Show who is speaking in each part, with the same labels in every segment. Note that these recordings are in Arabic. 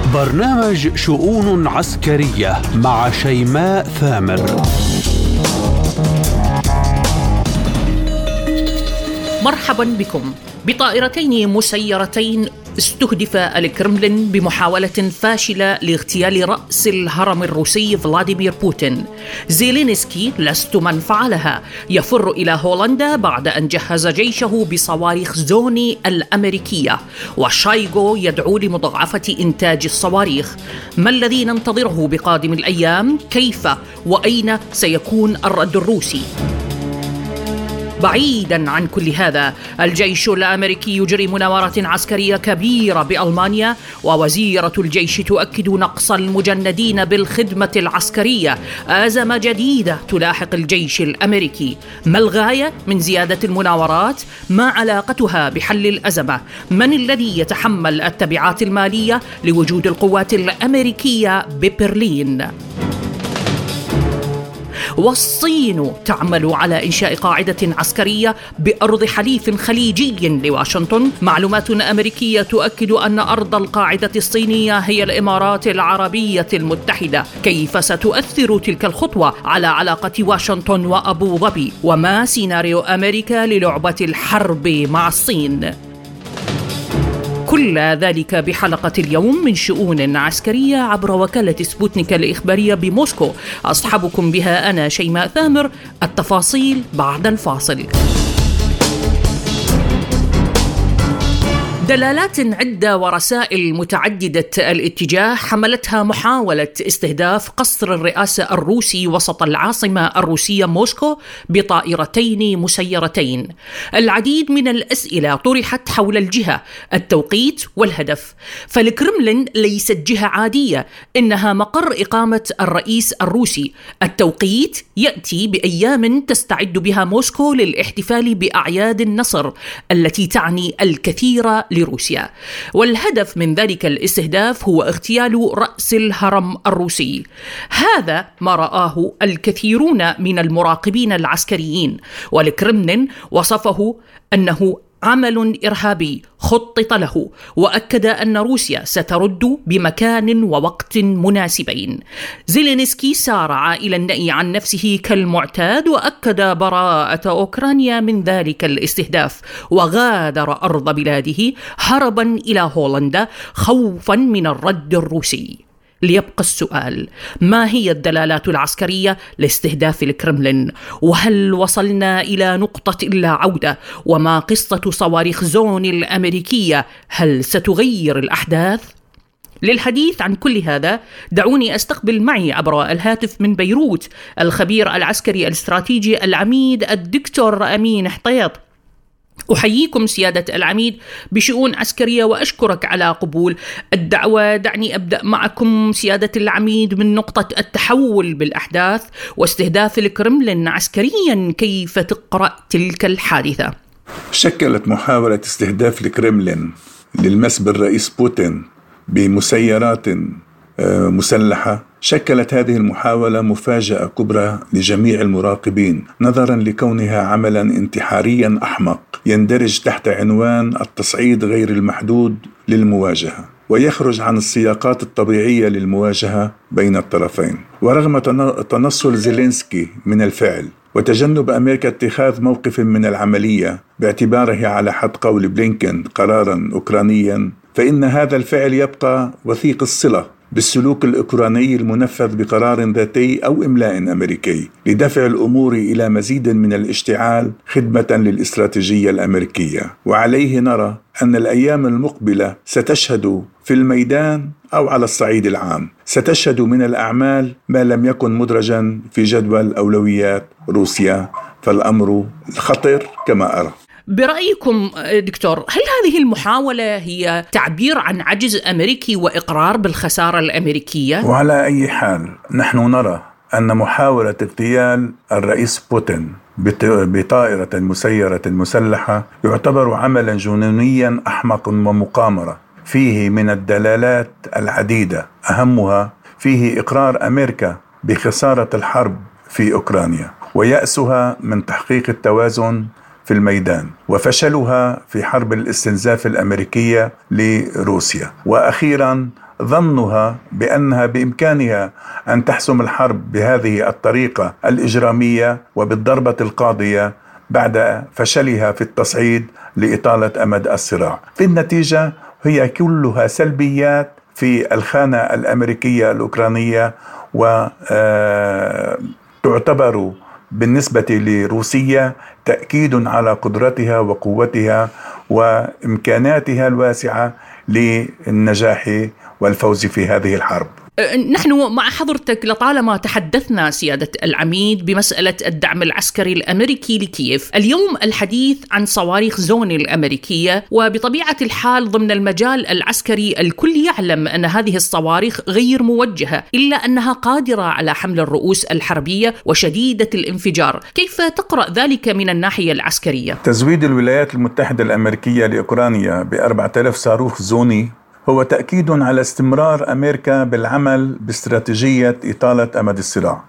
Speaker 1: برنامج شؤون عسكرية مع شيماء ثامر.
Speaker 2: مرحبا بكم. بطائرتين مسيرتين استهدف الكرملين بمحاولة فاشلة لاغتيال رأس الهرم الروسي فلاديمير بوتين. زيلينسكي لست من فعلها، يفر إلى هولندا بعد أن جهز جيشه بصواريخ زوني الأمريكية، وشايغو يدعو لمضاعفة إنتاج الصواريخ. ما الذي ننتظره بقادم الأيام؟ كيف وأين سيكون الرد الروسي؟ بعيداً عن كل هذا، الجيش الأمريكي يجري مناورات عسكرية كبيرة بألمانيا، ووزيرة الجيش تؤكد نقص المجندين بالخدمة العسكرية. أزمة جديدة تلاحق الجيش الأمريكي. ما الغاية من زيادة المناورات؟ ما علاقتها بحل الأزمة؟ من الذي يتحمل التبعات المالية لوجود القوات الأمريكية ببرلين؟ والصين تعمل على إنشاء قاعدة عسكرية بأرض حليف خليجي لواشنطن. معلومات أمريكية تؤكد أن أرض القاعدة الصينية هي الإمارات العربية المتحدة. كيف ستؤثر تلك الخطوة على علاقة واشنطن وأبو ظبي؟ وما سيناريو أمريكا للعبة الحرب مع الصين؟ كل ذلك بحلقة اليوم من شؤون عسكرية عبر وكالة سبوتنيك الإخبارية بموسكو. أصحبكم بها أنا شيماء ثامر. التفاصيل بعد الفاصل. دلالات عدة ورسائل متعددة الاتجاه حملتها محاولة استهداف قصر الرئاسة الروسي وسط العاصمة الروسية موسكو بطائرتين مسيرتين. العديد من الأسئلة طرحت حول الجهة، التوقيت والهدف. فالكرملين ليست جهة عادية، إنها مقر إقامة الرئيس الروسي. التوقيت يأتي بأيام تستعد بها موسكو للاحتفال بأعياد النصر التي تعني الكثير لروسيا. والهدف من ذلك الاستهداف هو اغتيال رأس الهرم الروسي. هذا ما رآه الكثيرون من المراقبين العسكريين، والكرملين وصفه أنه عمل إرهابي خطط له، وأكد أن روسيا سترد بمكان ووقت مناسبين. زيلينسكي سارع إلى النأي عن نفسه كالمعتاد، وأكد براءة أوكرانيا من ذلك الاستهداف، وغادر أرض بلاده هربا إلى هولندا خوفا من الرد الروسي. ليبقى السؤال: ما هي الدلالات العسكرية لاستهداف الكرملين؟ وهل وصلنا إلى نقطة إلا عودة؟ وما قصة صواريخ زون الأمريكية؟ هل ستغير الأحداث؟ للحديث عن كل هذا دعوني أستقبل معي عبر الهاتف من بيروت الخبير العسكري الاستراتيجي العميد الدكتور أمين حطيط. أحييكم سيادة العميد بشؤون عسكرية وأشكرك على قبول الدعوة. دعني أبدأ معكم سيادة العميد من نقطة التحول بالأحداث واستهداف الكرملين عسكريا. كيف تقرأ تلك الحادثة؟
Speaker 3: شكلت محاولة استهداف الكرملين للمس بالرئيس بوتين بمسيرات مسلحة، شكلت هذه المحاولة مفاجأة كبرى لجميع المراقبين، نظرا لكونها عملا انتحاريا أحمق يندرج تحت عنوان التصعيد غير المحدود للمواجهة، ويخرج عن السياقات الطبيعية للمواجهة بين الطرفين. ورغم تنصل زيلينسكي من الفعل وتجنب أمريكا اتخاذ موقف من العملية باعتباره على حد قول بلينكن قرارا أوكرانيا، فإن هذا الفعل يبقى وثيق الصلة بالسلوك الأوكراني المنفذ بقرار ذاتي أو إملاء أمريكي لدفع الأمور إلى مزيد من الاشتعال خدمة للاستراتيجية الأمريكية. وعليه نرى أن الأيام المقبلة ستشهد في الميدان أو على الصعيد العام ستشهد من الأعمال ما لم يكن مدرجا في جدول أولويات روسيا، فالأمر خطر كما أرى.
Speaker 2: برأيكم دكتور، هل هذه المحاولة هي تعبير عن عجز أمريكي وإقرار بالخسارة الأمريكية؟
Speaker 3: وعلى أي حال نحن نرى أن محاولة اغتيال الرئيس بوتين بطائرة مسيرة مسلحة يعتبر عملا جنونيا أحمق ومقامرة فيه من الدلالات العديدة، أهمها فيه إقرار أمريكا بخسارة الحرب في أوكرانيا ويأسها من تحقيق التوازن في الميدان وفشلها في حرب الاستنزاف الأمريكية لروسيا، وأخيرا ظنها بأنها بإمكانها أن تحسم الحرب بهذه الطريقة الإجرامية وبالضربة القاضية بعد فشلها في التصعيد لإطالة أمد الصراع. في النتيجة هي كلها سلبيات في الخانة الأمريكية الأوكرانية، وتعتبر بالنسبة لروسيا تأكيد على قدرتها وقوتها وإمكاناتها الواسعة للنجاح والفوز في هذه الحرب.
Speaker 2: نحن مع حضرتك لطالما تحدثنا سيادة العميد بمسألة الدعم العسكري الأمريكي لكييف. اليوم الحديث عن صواريخ زوني الأمريكية، وبطبيعة الحال ضمن المجال العسكري الكل يعلم أن هذه الصواريخ غير موجهة، إلا أنها قادرة على حمل الرؤوس الحربية وشديدة الانفجار. كيف تقرأ ذلك من الناحية العسكرية؟
Speaker 3: تزويد الولايات المتحدة الأمريكية لأوكرانيا ب4,000 صاروخ زوني هو تأكيد على استمرار أمريكا بالعمل باستراتيجية إطالة أمد الصراع،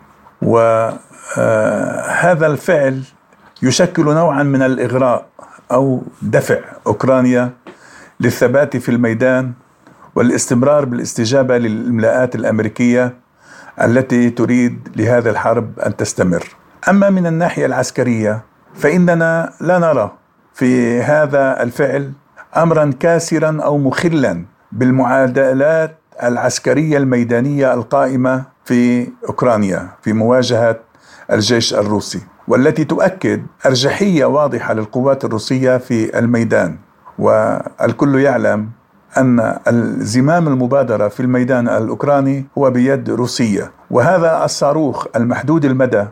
Speaker 3: وهذا الفعل يشكل نوعا من الإغراء أو دفع أوكرانيا للثبات في الميدان والاستمرار بالاستجابة للإملاءات الأمريكية التي تريد لهذا الحرب أن تستمر. أما من الناحية العسكرية فإننا لا نرى في هذا الفعل أمرا كاسرا أو مخلا بالمعادلات العسكرية الميدانية القائمة في أوكرانيا في مواجهة الجيش الروسي، والتي تؤكد أرجحية واضحة للقوات الروسية في الميدان. والكل يعلم أن الزمام المبادرة في الميدان الأوكراني هو بيد روسية، وهذا الصاروخ المحدود المدى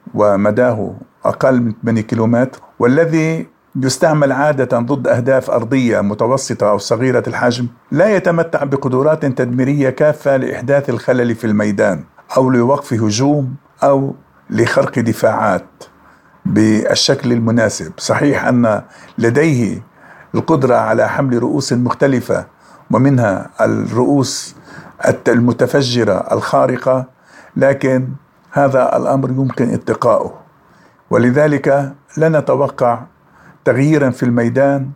Speaker 3: ومداه أقل من 8 كيلومتر، والذي يستعمل عادة ضد أهداف أرضية متوسطة أو صغيرة الحجم، لا يتمتع بقدرات تدميرية كافة لإحداث الخلل في الميدان أو لوقف هجوم أو لخرق دفاعات بالشكل المناسب. صحيح أن لديه القدرة على حمل رؤوس مختلفة، ومنها الرؤوس المتفجرة الخارقة، لكن هذا الأمر يمكن اتقاؤه، ولذلك لا نتوقع تغييرا في الميدان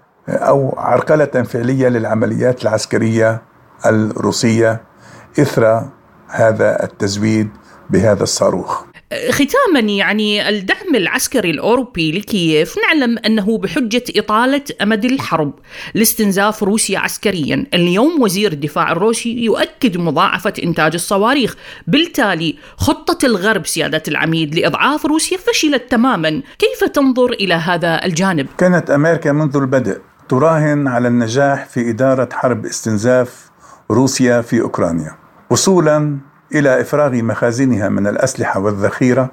Speaker 3: أو عرقلة فعلية للعمليات العسكرية الروسية إثر هذا التزويد بهذا الصاروخ.
Speaker 2: ختاما، يعني الدعم العسكري الأوروبي لكييف نعلم أنه بحجة إطالة أمد الحرب لاستنزاف روسيا عسكريا. اليوم وزير الدفاع الروسي يؤكد مضاعفة إنتاج الصواريخ، بالتالي خطة الغرب سيادة العميد لإضعاف روسيا فشلت تماما. كيف تنظر إلى هذا الجانب؟
Speaker 3: كانت أمريكا منذ البدء تراهن على النجاح في إدارة حرب استنزاف روسيا في أوكرانيا، وصولا إلى إفراغ مخازنها من الأسلحة والذخيرة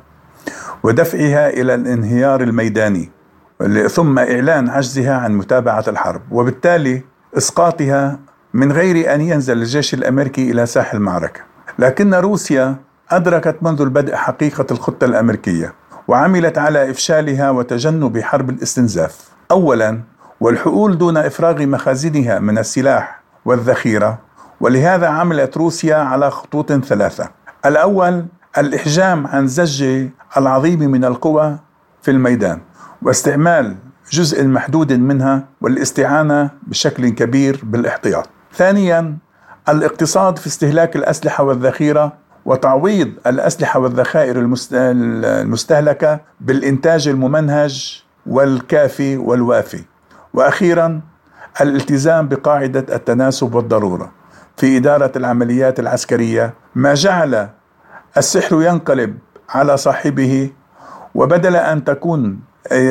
Speaker 3: ودفعها إلى الانهيار الميداني، ثم إعلان عجزها عن متابعة الحرب، وبالتالي إسقاطها من غير أن ينزل الجيش الأمريكي إلى ساحل المعركة. لكن روسيا أدركت منذ البدء حقيقة الخطة الأمريكية، وعملت على إفشالها وتجنب حرب الاستنزاف أولا، والحؤول دون إفراغ مخازنها من السلاح والذخيرة. ولهذا عملت روسيا على خطوط 3. الأول الإحجام عن زج العظيم من القوى في الميدان، واستعمال جزء محدود منها والاستعانة بشكل كبير بالاحتياط. ثانيا الاقتصاد في استهلاك الأسلحة والذخيرة، وتعويض الأسلحة والذخائر المستهلكة بالإنتاج الممنهج والكافي والوافي. وأخيرا الالتزام بقاعدة التناسب والضرورة في إدارة العمليات العسكرية، ما جعل السحر ينقلب على صاحبه، وبدل أن تكون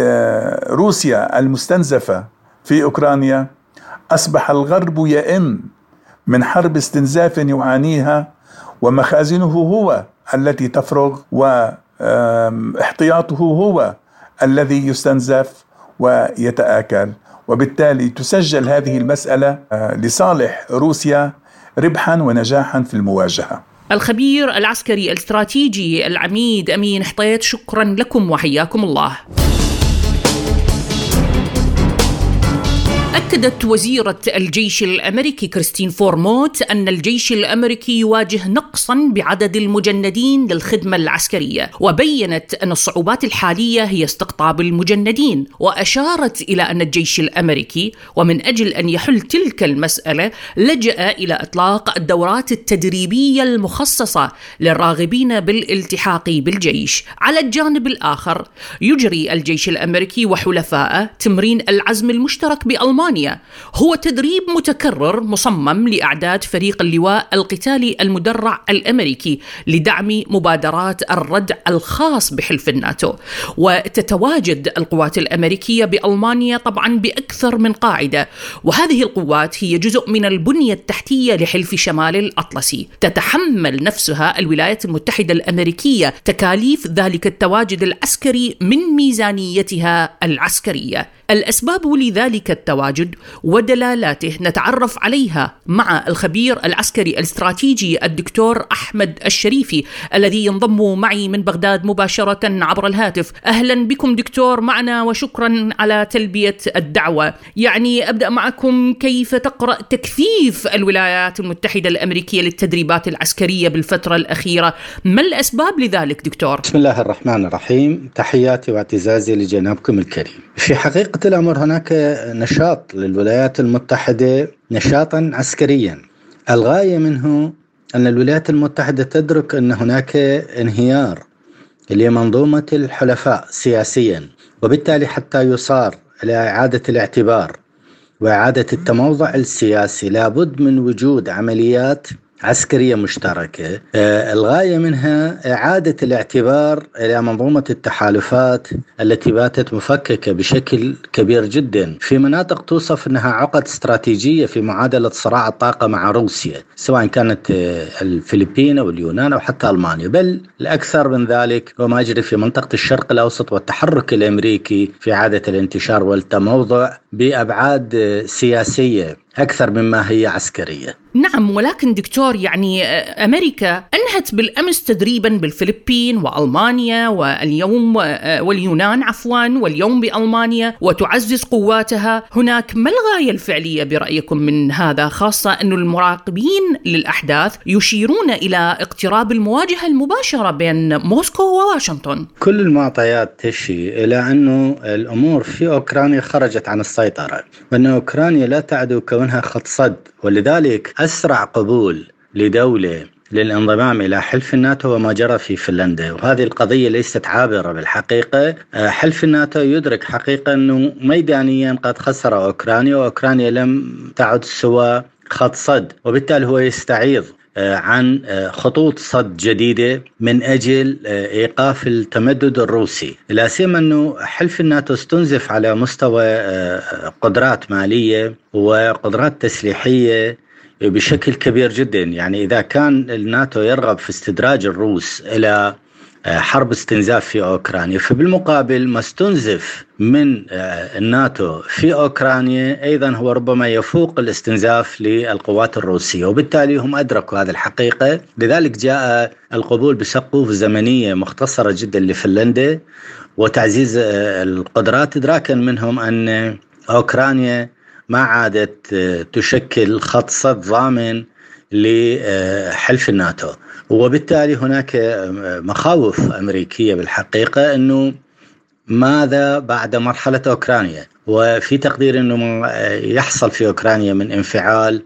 Speaker 3: روسيا المستنزفة في أوكرانيا، أصبح الغرب يئن من حرب استنزاف يعانيها، ومخازنه هو التي تفرغ، واحتياطه هو الذي يستنزف ويتآكل. وبالتالي تسجل هذه المسألة لصالح روسيا ربحا ونجاحا في المواجهة.
Speaker 2: الخبير العسكري الاستراتيجي العميد أمين حطيت، شكرا لكم وحياكم الله. أكدت وزيرة الجيش الأمريكي كريستين فورموت أن الجيش الأمريكي يواجه نقصاً بعدد المجندين للخدمة العسكرية، وبيّنت أن الصعوبات الحالية هي استقطاب المجندين، وأشارت إلى أن الجيش الأمريكي ومن أجل أن يحل تلك المسألة لجأ إلى إطلاق الدورات التدريبية المخصصة للراغبين بالالتحاق بالجيش. على الجانب الآخر يجري الجيش الأمريكي وحلفائه تمرين العزم المشترك بألمانيا، هو تدريب متكرر مصمم لإعداد فريق اللواء القتالي المدرع الأمريكي لدعم مبادرات الردع الخاص بحلف الناتو. وتتواجد القوات الأمريكية بألمانيا طبعا بأكثر من قاعدة، وهذه القوات هي جزء من البنية التحتية لحلف شمال الأطلسي. تتحمل نفسها الولايات المتحدة الأمريكية تكاليف ذلك التواجد العسكري من ميزانيتها العسكرية. الأسباب لذلك التواجد ودلالاته نتعرف عليها مع الخبير العسكري الاستراتيجي الدكتور أحمد الشريفي الذي ينضم معي من بغداد مباشرة عبر الهاتف. أهلا بكم دكتور معنا وشكرا على تلبية الدعوة. يعني أبدأ معكم، كيف تقرأ تكثيف الولايات المتحدة الأمريكية للتدريبات العسكرية بالفترة الأخيرة؟ ما الأسباب لذلك دكتور؟
Speaker 4: بسم الله الرحمن الرحيم، تحياتي واعتزازي لجنابكم الكريم. في حقيقة الأمر هناك نشاط للولايات المتحدة، نشاطا عسكريا، الغاية منه أن الولايات المتحدة تدرك أن هناك انهيار لمنظومة الحلفاء سياسيا، وبالتالي حتى يصار إلى إعادة الاعتبار وإعادة التموضع السياسي لابد من وجود عمليات عسكرية مشتركة الغاية منها إعادة الاعتبار إلى منظومة التحالفات التي باتت مفككة بشكل كبير جدا في مناطق توصف أنها عقد استراتيجية في معادلة صراع الطاقة مع روسيا، سواء كانت الفلبين أو اليونان أو حتى ألمانيا، بل الأكثر من ذلك وما يجري في منطقة الشرق الأوسط والتحرك الأمريكي في إعادة الانتشار والتموضع بأبعاد سياسية أكثر مما هي عسكرية.
Speaker 2: نعم، ولكن دكتور يعني أمريكا أنهت بالأمس تدريبا بالفلبين وألمانيا واليوم واليونان واليوم بألمانيا وتعزز قواتها هناك. ما الغاية الفعلية برأيكم من هذا، خاصة أن المراقبين للأحداث يشيرون إلى اقتراب المواجهة المباشرة بين موسكو وواشنطن؟
Speaker 4: كل المعطيات تشير إلى أنه الأمور في أوكرانيا خرجت عن السيطرة، وأن أوكرانيا لا تعد كونها خط صد، ولذلك أسرع قبول لدولة للانضمام إلى حلف الناتو وما جرى في فنلندا. وهذه القضية ليست عابرة بالحقيقة. حلف الناتو يدرك حقيقة أنه ميدانيا قد خسر أوكرانيا، وأوكرانيا لم تعد سوى خط صد، وبالتالي هو يستعيض عن خطوط صد جديدة من أجل إيقاف التمدد الروسي. لا سيما أنه حلف الناتو استنزف على مستوى قدرات مالية وقدرات تسليحية بشكل كبير جدا. يعني إذا كان الناتو يرغب في استدراج الروس إلى حرب استنزاف في أوكرانيا، فبالمقابل ما استنزف من الناتو في أوكرانيا أيضا هو ربما يفوق الاستنزاف للقوات الروسية، وبالتالي هم أدركوا هذه الحقيقة. لذلك جاء القبول بسقوف زمنية مختصرة جدا لفنلندا وتعزيز القدرات، إدراكا منهم أن أوكرانيا ما عادت تشكل خط صد ضامن لحلف الناتو. وبالتالي هناك مخاوف أمريكية بالحقيقة أنه ماذا بعد مرحلة أوكرانيا، وفي تقدير أنه ما يحصل في أوكرانيا من انفعال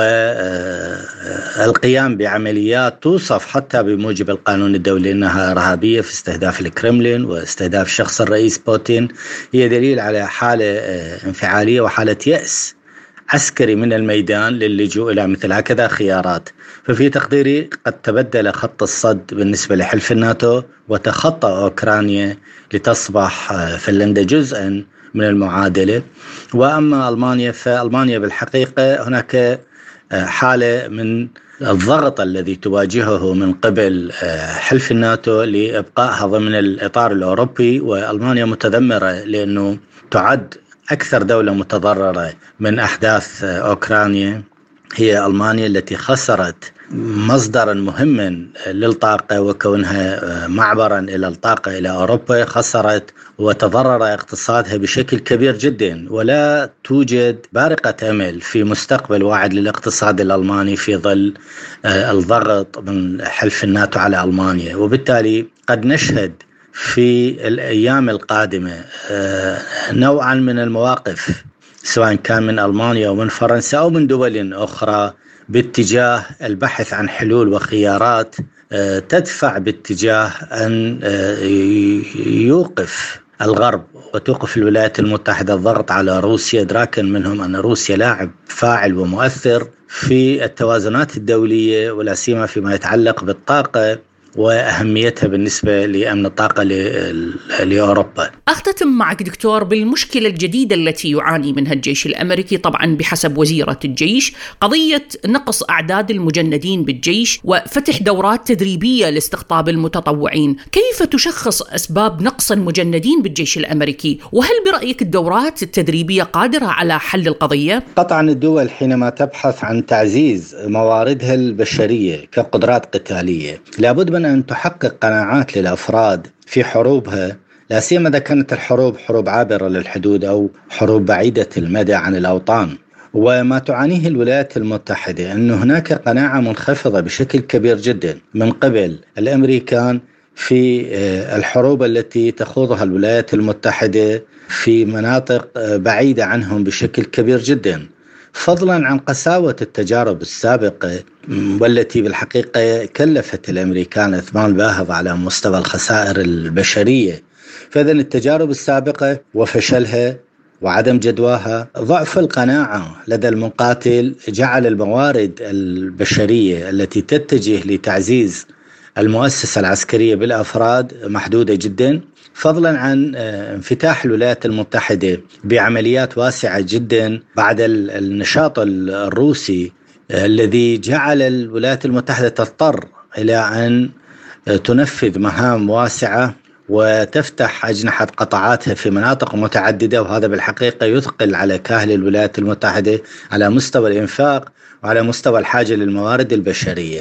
Speaker 4: والقيام بعمليات توصف حتى بموجب القانون الدولي أنها إرهابية في استهداف الكرملين واستهداف شخص الرئيس بوتين، هي دليل على حالة انفعالية وحالة يأس عسكري من الميدان للجوء إلى مثل هكذا خيارات. ففي تقديري قد تبدل خط الصد بالنسبة لحلف الناتو وتخطى أوكرانيا لتصبح فنلندا جزءا من المعادلة. وأما ألمانيا فألمانيا بالحقيقة هناك حالة من الضغط الذي تواجهه من قبل حلف الناتو لإبقائها ضمن الإطار الأوروبي، وألمانيا متذمرة لأنه تعد أكثر دولة متضررة من أحداث أوكرانيا، هي ألمانيا التي خسرت مصدرا مهما للطاقة وكونها معبرا إلى الطاقة إلى أوروبا، خسرت وتضرر اقتصادها بشكل كبير جدا، ولا توجد بارقة أمل في مستقبل واعد للاقتصاد الألماني في ظل الضغط من حلف الناتو على ألمانيا. وبالتالي قد نشهد في الأيام القادمة نوعا من المواقف سواء كان من ألمانيا أو من فرنسا أو من دول أخرى باتجاه البحث عن حلول وخيارات تدفع باتجاه أن يوقف الغرب وتوقف الولايات المتحدة الضغط على روسيا، إدراكا منهم أن روسيا لاعب فاعل ومؤثر في التوازنات الدولية، ولا سيما فيما يتعلق بالطاقة وأهميتها بالنسبة لأمن الطاقة لأوروبا.
Speaker 2: أختتم معك دكتور بالمشكلة الجديدة التي يعاني منها الجيش الأمريكي، طبعا بحسب وزيرة الجيش، قضية نقص أعداد المجندين بالجيش وفتح دورات تدريبية لاستقطاب المتطوعين. كيف تشخص أسباب نقص المجندين بالجيش الأمريكي؟ وهل برأيك الدورات التدريبية قادرة على حل القضية؟
Speaker 4: قطعا الدول حينما تبحث عن تعزيز مواردها البشرية كقدرات قتالية لابد من أن تحقق قناعات للأفراد في حروبها، لا سيما إذا كانت الحروب حروب عابرة للحدود أو حروب بعيدة المدى عن الأوطان. وما تعانيه الولايات المتحدة أن هناك قناعة منخفضة بشكل كبير جدا من قبل الأمريكان في الحروب التي تخوضها الولايات المتحدة في مناطق بعيدة عنهم بشكل كبير جدا، فضلا عن قساوة التجارب السابقة والتي بالحقيقة كلفت الأمريكان إثمان باهظ على مستوى الخسائر البشرية. فإذن التجارب السابقة وفشلها وعدم جدواها، ضعف القناعة لدى المقاتل جعل الموارد البشرية التي تتجه لتعزيز المؤسسة العسكرية بالأفراد محدودة جدا، فضلا عن انفتاح الولايات المتحدة بعمليات واسعة جدا بعد النشاط الروسي الذي جعل الولايات المتحدة تضطر إلى أن تنفذ مهام واسعة وتفتح أجنحة قطاعاتها في مناطق متعددة، وهذا بالحقيقة يثقل على كاهل الولايات المتحدة على مستوى الإنفاق وعلى مستوى الحاجة للموارد البشرية.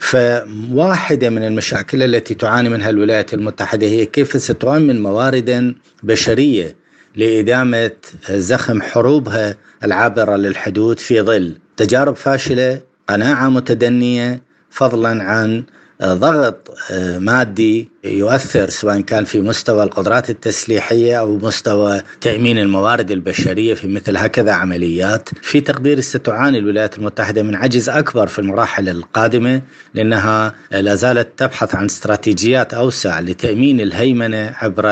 Speaker 4: فواحدة من المشاكل التي تعاني منها الولايات المتحدة هي كيف ستؤمن مواردا بشرية لإدامة زخم حروبها العابرة للحدود في ظل تجارب فاشلة، قناعة متدنية، فضلا عن ضغط مادي يؤثر سواء كان في مستوى القدرات التسليحية أو مستوى تأمين الموارد البشرية في مثل هكذا عمليات. في تقدير ستعاني الولايات المتحدة من عجز أكبر في المراحل القادمة، لأنها لا زالت تبحث عن استراتيجيات أوسع لتأمين الهيمنة عبر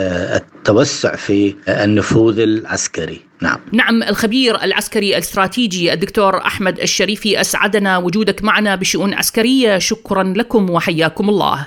Speaker 4: التوسع في النفوذ العسكري.
Speaker 2: نعم، الخبير العسكري الاستراتيجي الدكتور أحمد الشريفي، أسعدنا وجودك معنا بشؤون عسكرية. شكرا لكم وحياكم الله.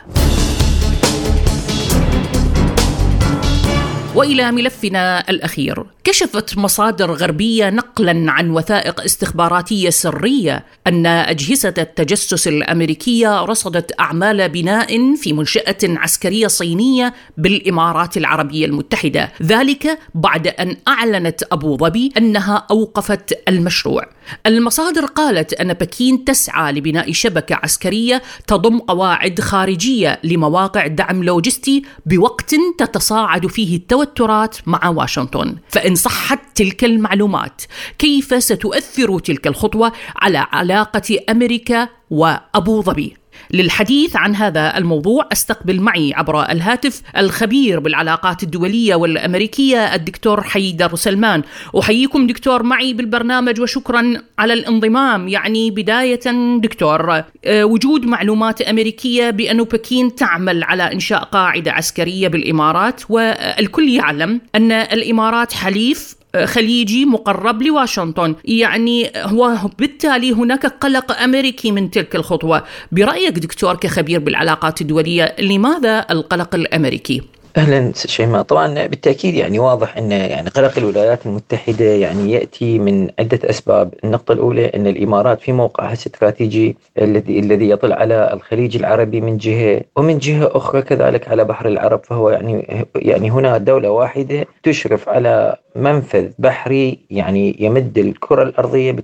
Speaker 2: وإلى ملفنا الأخير، كشفت مصادر غربية نقلا عن وثائق استخباراتية سرية أن أجهزة التجسس الأمريكية رصدت أعمال بناء في منشأة عسكرية صينية بالإمارات العربية المتحدة، ذلك بعد أن أعلنت أبو ظبي أنها أوقفت المشروع. المصادر قالت أن بكين تسعى لبناء شبكة عسكرية تضم قواعد خارجية لمواقع دعم لوجستي بوقت تتصاعد فيه التوترات مع واشنطن. فإن صحت تلك المعلومات، كيف ستؤثر تلك الخطوة على علاقة أمريكا وأبو ظبي؟ للحديث عن هذا الموضوع استقبل معي عبر الهاتف الخبير بالعلاقات الدولية والأمريكية الدكتور حيدر سلمان. أحييكم دكتور معي بالبرنامج وشكرا على الانضمام. يعني بداية دكتور، وجود معلومات أمريكية بأن بكين تعمل على إنشاء قاعدة عسكرية بالإمارات، والكل يعلم أن الإمارات حليف خليجي مقرب لواشنطن، يعني هو بالتالي هناك قلق أمريكي من تلك الخطوة. برأيك دكتور كخبير بالعلاقات الدولية، لماذا القلق الأمريكي؟
Speaker 5: أهلا شيماء. طبعا بالتأكيد يعني واضح أن يعني قلق الولايات المتحدة يعني يأتي من عدة أسباب. النقطة الأولى أن الإمارات في موقعها الاستراتيجي الذي يطل على الخليج العربي من جهة، ومن جهة أخرى كذلك على بحر العرب، فهو يعني هنا دولة واحدة تشرف على منفذ بحري يعني يمد الكرة الأرضية ب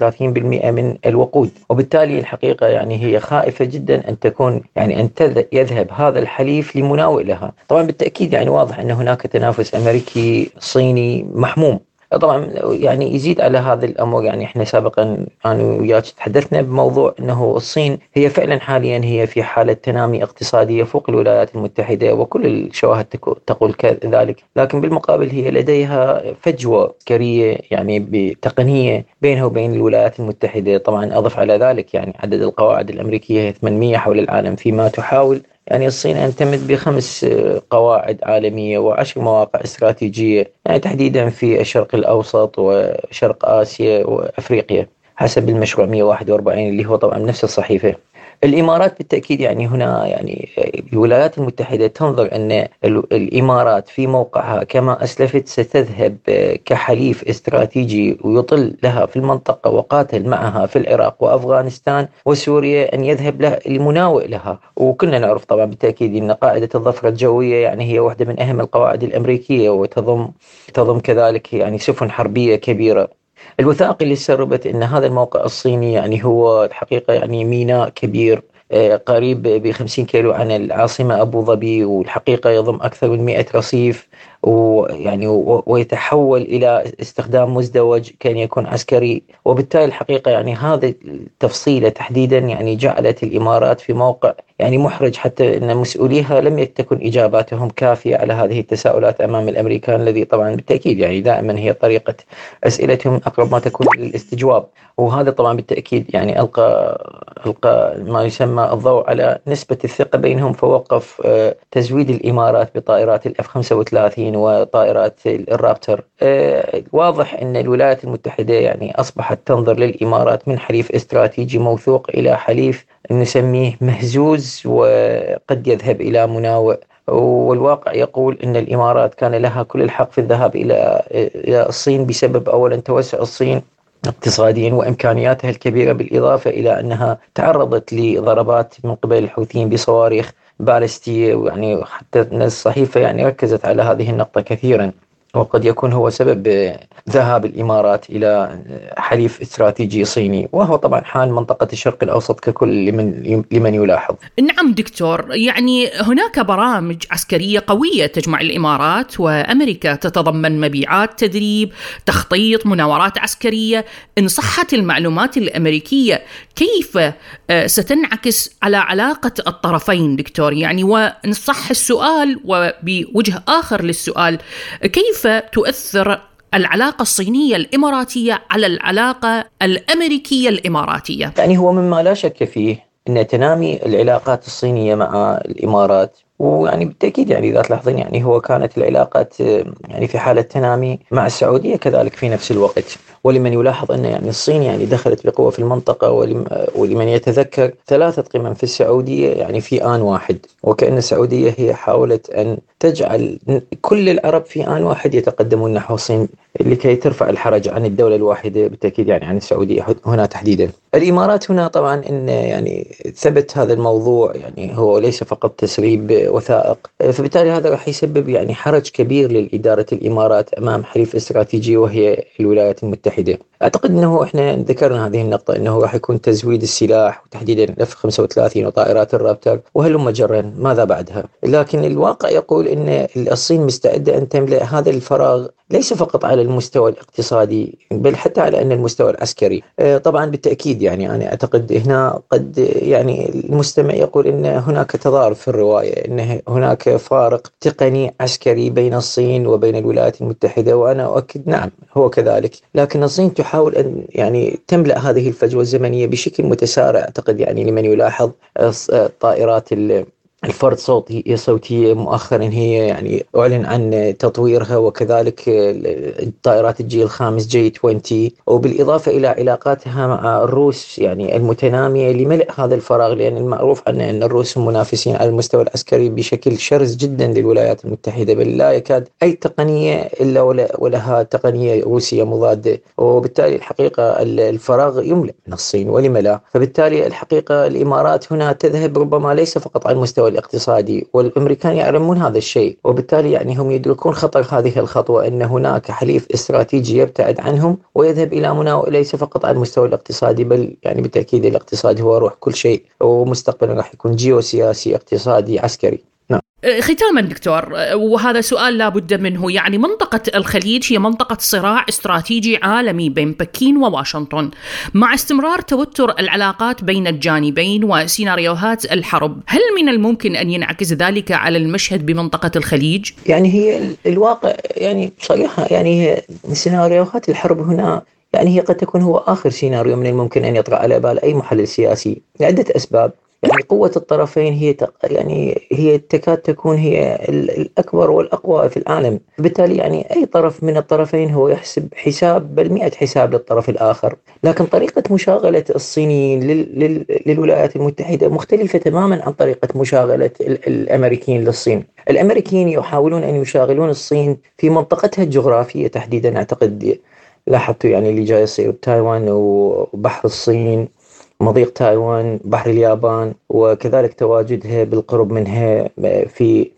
Speaker 5: 33% من الوقود، وبالتالي الحقيقة يعني هي خائفة جدا أن تكون يعني أن يذهب هذا الحليف لمناوئ لها. طبعا بالتأكيد يعني واضح أن هناك تنافس أمريكي صيني محموم. طبعا يعني يزيد على هذا الأمر، يعني إحنا سابقا أنا وياك تحدثنا بموضوع أنه الصين هي فعلا حاليا هي في حالة تنامي اقتصادية فوق الولايات المتحدة، وكل الشواهد تقول كذلك، لكن بالمقابل هي لديها فجوة عسكرية يعني بتقنية بينها وبين الولايات المتحدة. طبعا أضف على ذلك يعني عدد القواعد الأمريكية 800 حول العالم، فيما تحاول يعني الصين أن تمد ب5 قواعد عالمية و10 مواقع استراتيجية، يعني تحديدا في الشرق الأوسط وشرق آسيا وأفريقيا حسب المشروع 141 اللي هو طبعا نفس الصحيفة. الإمارات بالتأكيد يعني هنا يعني الولايات المتحدة تنظر أن الإمارات في موقعها كما أسلفت ستذهب كحليف استراتيجي ويطل لها في المنطقة وقاتل معها في العراق وأفغانستان وسوريا، أن يذهب له المناوئ لها. وكنا نعرف طبعا بالتأكيد أن قاعدة الظفرة الجوية يعني هي واحدة من أهم القواعد الأمريكية، وتضم كذلك يعني سفن حربية كبيرة. الوثائق اللي سربت أن هذا الموقع الصيني يعني هو الحقيقة يعني ميناء كبير قريب ب50 كيلو عن العاصمة أبو ظبي، والحقيقة يضم أكثر من 100 رصيف، ويعني ويتحول إلى استخدام مزدوج كان يكون عسكري. وبالتالي الحقيقة يعني هذه التفصيلة تحديدا يعني جعلت الإمارات في موقع يعني محرج، حتى أن مسؤوليها لم تكن إجاباتهم كافية على هذه التساؤلات أمام الأمريكان، الذي طبعا بالتأكيد يعني دائما هي طريقة أسئلتهم أقرب ما تكون للاستجواب. وهذا طبعا بالتأكيد يعني ألقى ما يسمى الضوء على نسبة الثقة بينهم، فوقف تزويد الإمارات بطائرات الF-35 وطائرات الرابتر. واضح أن الولايات المتحدة يعني أصبحت تنظر للإمارات من حليف استراتيجي موثوق إلى حليف نسميه مهزوز وقد يذهب إلى مناوئ. والواقع يقول أن الإمارات كان لها كل الحق في الذهاب إلى الصين بسبب أولا توسع الصين اقتصاديا وإمكانياتها الكبيرة، بالإضافة إلى أنها تعرضت لضربات من قبل الحوثيين بصواريخ باليستية، يعني حتى الصحيفة يعني ركزت على هذه النقطة كثيرا، وقد يكون هو سبب ذهاب الإمارات إلى حليف استراتيجي صيني، وهو طبعا حال منطقة الشرق الأوسط ككل لمن يلاحظ.
Speaker 2: نعم دكتور، يعني هناك برامج عسكرية قوية تجمع الإمارات وأمريكا، تتضمن مبيعات، تدريب، تخطيط، مناورات عسكرية. إن صحت المعلومات الأمريكية كيف ستنعكس على علاقة الطرفين دكتور؟ يعني وإن صح السؤال وبوجه آخر للسؤال، كيف تؤثر العلاقة الصينية الإماراتية على العلاقة الأمريكية الإماراتية؟
Speaker 5: يعني هو مما لا شك فيه أن تنامي العلاقات الصينية مع الإمارات، ويعني بالتأكيد يعني إذا تلاحظين يعني هو كانت العلاقات يعني في حالة تنامي مع السعودية كذلك في نفس الوقت. ولمن يلاحظ أن يعني الصين يعني دخلت بقوة في المنطقة، ولمن يتذكر 3 قمم في السعودية يعني في آن واحد، وكأن السعودية هي حاولت أن تجعل كل العرب في آن واحد يتقدمون نحو الصين لكي ترفع الحرج عن الدولة الواحدة، بالتأكيد يعني عن السعودية هنا تحديدا. الإمارات هنا طبعا إن يعني ثبت هذا الموضوع، يعني هو ليس فقط تسريب وثائق، فبالتالي هذا راح يسبب يعني حرج كبير للإدارة الإمارات أمام حليف استراتيجي وهي الولايات المتحدة. أعتقد أنه إحنا ذكرنا هذه النقطة، أنه راح يكون تزويد السلاح وتحديدا F-35 وطائرات الرابتر وهلم جرا ماذا بعدها. لكن الواقع يقول أن الصين مستعدة أن تملأ هذا الفراغ ليس فقط على المستوى الاقتصادي بل حتى على أن المستوى العسكري. طبعا بالتأكيد يعني أنا أعتقد هنا قد يعني المستمع يقول أن هناك تضارب في الرواية، أن هناك فارق تقني عسكري بين الصين وبين الولايات المتحدة، وأنا أؤكد نعم هو كذلك، لكن الصين تحاول أن يعني تملأ هذه الفجوة الزمنية بشكل متسارع. أعتقد يعني لمن يلاحظ طائرات الفرد صوتية مؤخرا هي يعني أعلن عن تطويرها، وكذلك طائرات الجيل الخامس جي 20، وبالإضافة إلى علاقاتها مع الروس يعني المتنامية لملء هذا الفراغ، لأن المعروف عنه أن الروس هم منافسين على المستوى العسكري بشكل شرس جدا للولايات المتحدة، بل لا يكاد أي تقنية إلا ولها تقنية روسية مضادة، وبالتالي الحقيقة الفراغ يملأ من الصين ولم لا. فبالتالي الحقيقة الإمارات هنا تذهب ربما ليس فقط على المستوى الاقتصادي، والأمريكان يعلمون هذا الشيء، وبالتالي يعني هم يدركون خطر هذه الخطوة، أن هناك حليف استراتيجي يبتعد عنهم ويذهب إلى مناوئة ليس فقط على المستوى الاقتصادي، بل يعني بالتأكيد الاقتصاد هو روح كل شيء، ومستقبلا راح يكون جيوسياسي اقتصادي عسكري. نعم.
Speaker 2: ختاما دكتور، وهذا سؤال لا بد منه، يعني منطقة الخليج هي منطقة صراع استراتيجي عالمي بين بكين وواشنطن، مع استمرار توتر العلاقات بين الجانبين وسيناريوهات الحرب، هل من الممكن أن ينعكس ذلك على المشهد بمنطقة الخليج؟
Speaker 5: يعني هي الواقع يعني صراحة يعني سيناريوهات الحرب هنا يعني هي قد تكون هو آخر سيناريو من الممكن أن يطرأ على بال أي محلل سياسي لعدة أسباب. يعني قوة الطرفين هي تكاد تكون هي الأكبر والأقوى في العالم، بالتالي يعني أي طرف من الطرفين هو يحسب حساب بل 100 حساب للطرف الآخر. لكن طريقة مشاغلة الصينيين للولايات المتحدة مختلفة تماما عن طريقة مشاغلة الأمريكيين للصين. الأمريكيين يحاولون أن يشاغلون الصين في منطقتها الجغرافية تحديدا. أعتقد لاحظتوا يعني اللي جاي يصير تايوان وبحر الصين، مضيق تايوان، بحر اليابان، وكذلك تواجدها بالقرب منها في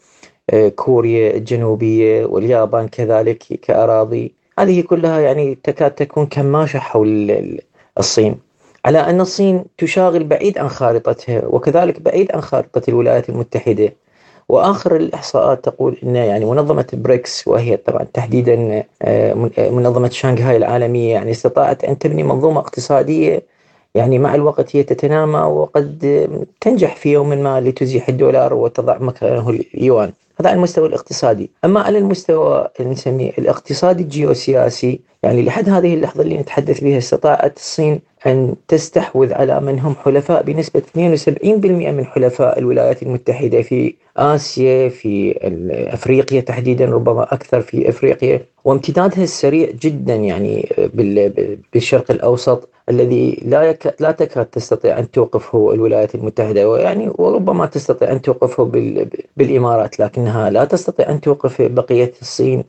Speaker 5: كوريا الجنوبية واليابان كذلك كأراضي. هذه كلها يعني تكاد تكون كماشة حول الصين، على أن الصين تشاغل بعيد عن خارطتها وكذلك بعيد عن خارطة الولايات المتحدة. وآخر الإحصاءات تقول أن يعني منظمة بريكس، وهي طبعا تحديدا منظمة شانغهاي العالمية، يعني استطاعت أن تبني منظومة اقتصادية يعني مع الوقت هي تتنامى وقد تنجح في يوم ما لتزيح الدولار وتضع مكانه اليوان. هذا على المستوى الاقتصادي. أما على المستوى نسميه الاقتصادي الجيوسياسي، يعني لحد هذه اللحظة اللي نتحدث بها استطاعت الصين أن تستحوذ على من هم حلفاء بنسبة 72% من حلفاء الولايات المتحدة في آسيا، في أفريقيا تحديدا، ربما أكثر في أفريقيا، وامتدادها السريع جدا يعني بالشرق الأوسط الذي لا تكاد تستطيع أن توقفه الولايات المتحدة، ويعني وربما تستطيع أن توقفه بالإمارات، لكنها لا تستطيع أن توقف بقية الصين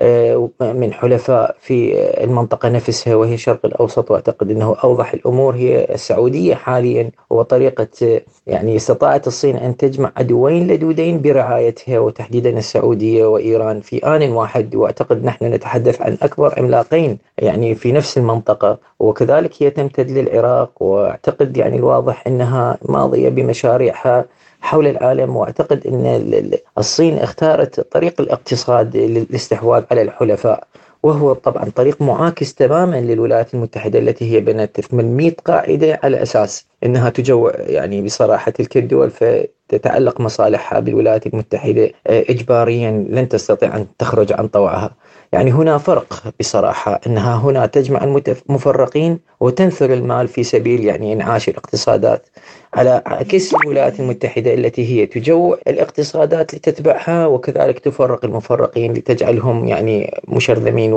Speaker 5: من حلفاء في المنطقة نفسها وهي الشرق الأوسط. وأعتقد أنه أوضح الأمور هي السعودية حاليا، وطريقة يعني استطاعت الصين أن تجمع عدوين لدودين برعايتها، وتحديدا السعودية وإيران في آن واحد. وأعتقد نحن نتحدث عن أكبر عملاقين يعني في نفس المنطقة، وكذلك هي تمتد للعراق. وأعتقد يعني الواضح أنها ماضية بمشاريعها حول العالم. وأعتقد أن الصين اختارت طريق الاقتصاد للاستحواذ على الحلفاء، وهو طبعا طريق معاكس تماما للولايات المتحدة التي هي بنت 800 قاعدة على أساس أنها تجوع يعني بصراحة تلك الدول، فتتعلق مصالحها بالولايات المتحدة إجباريا لن تستطيع أن تخرج عن طوعها. يعني هنا فرق بصراحة، أنها هنا تجمع المفرقين وتنثر المال في سبيل يعني إنعاش الاقتصادات، على عكس الولايات المتحدة التي هي تجوع الاقتصادات لتتبعها وكذلك تفرق المفرقين لتجعلهم يعني مشرذمين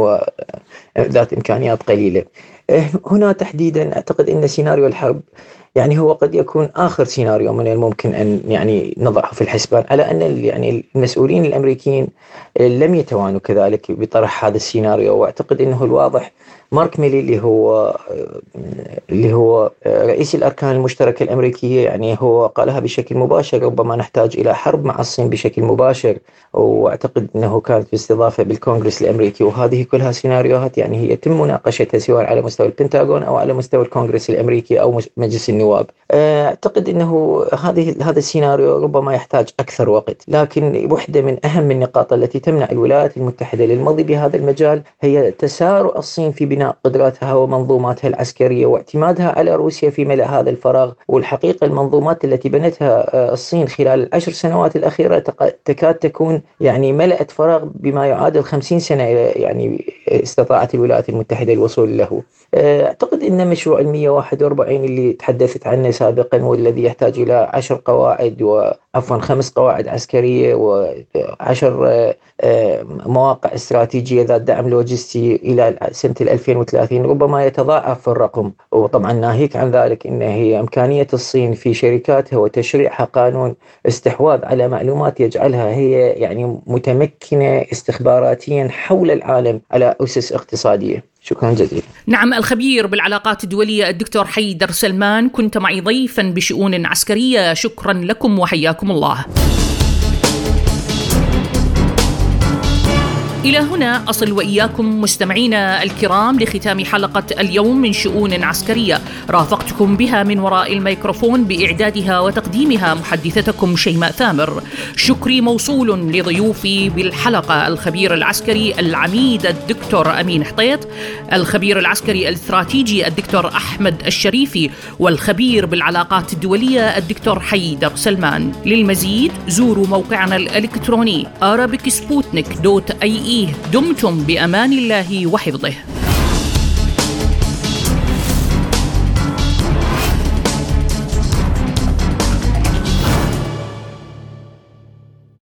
Speaker 5: وذات إمكانيات قليلة. هنا تحديدا أعتقد أن سيناريو الحرب يعني هو قد يكون آخر سيناريو من الممكن أن يعني نضعه في الحسبان، على أن يعني المسؤولين الأمريكيين لم يتوانوا كذلك بطرح هذا السيناريو. وأعتقد أنه الواضح مارك ميلي اللي هو رئيس الأركان المشتركة الأمريكية، يعني هو قالها بشكل مباشر: ربما نحتاج إلى حرب مع الصين بشكل مباشر. وأعتقد أنه كانت في استضافة بالكونغرس الأمريكي، وهذه كلها سيناريوهات يعني هي يتم مناقشتها سواء على مستوى البنتاغون أو على مستوى الكونغرس الأمريكي أو مجلس النواب. أعتقد أنه هذا السيناريو ربما يحتاج أكثر وقت، لكن واحدة من أهم النقاط التي تمنع الولايات المتحدة للمضي بهذا المجال هي تسارع الصين في بناء بناء قدراتها ومنظوماتها العسكرية واعتمادها على روسيا في ملء هذا الفراغ. والحقيقة المنظومات التي بنتها الصين خلال ال10 سنوات الأخيرة تكاد تكون يعني ملأت فراغ بما يعادل 50 سنة يعني استطاعت الولايات المتحدة الوصول له. أعتقد أن مشروع 141 اللي تحدثت عنه سابقا والذي يحتاج إلى 10 قواعد 5 قواعد عسكرية و10 مواقع استراتيجية ذات دعم لوجستي إلى سنة 2030 ربما يتضاعف الرقم. وطبعا ناهيك عن ذلك إن هي إمكانية الصين في شركاتها وتشريعها قانون استحواذ على معلومات يجعلها هي يعني متمكنة استخباراتيا حول العالم على أسس اقتصادية. شكرا جزيلا.
Speaker 2: نعم، الخبير بالعلاقات الدولية الدكتور حيدر سلمان كنت معي ضيفا بشؤون عسكرية. شكرا لكم وحياكم الله. إلى هنا أصل وإياكم مستمعينا الكرام لختام حلقة اليوم من شؤون عسكرية، رافقتكم بها من وراء الميكروفون بإعدادها وتقديمها محدثتكم شيماء ثامر. شكري موصول لضيوفي بالحلقة الخبير العسكري العميد الدكتور أمين حطيط، الخبير العسكري الاستراتيجي الدكتور أحمد الشريفي، والخبير بالعلاقات الدولية الدكتور حيدر سلمان. للمزيد زوروا موقعنا الإلكتروني arabicsputnik.ie. دمتم بأمان الله وحفظه.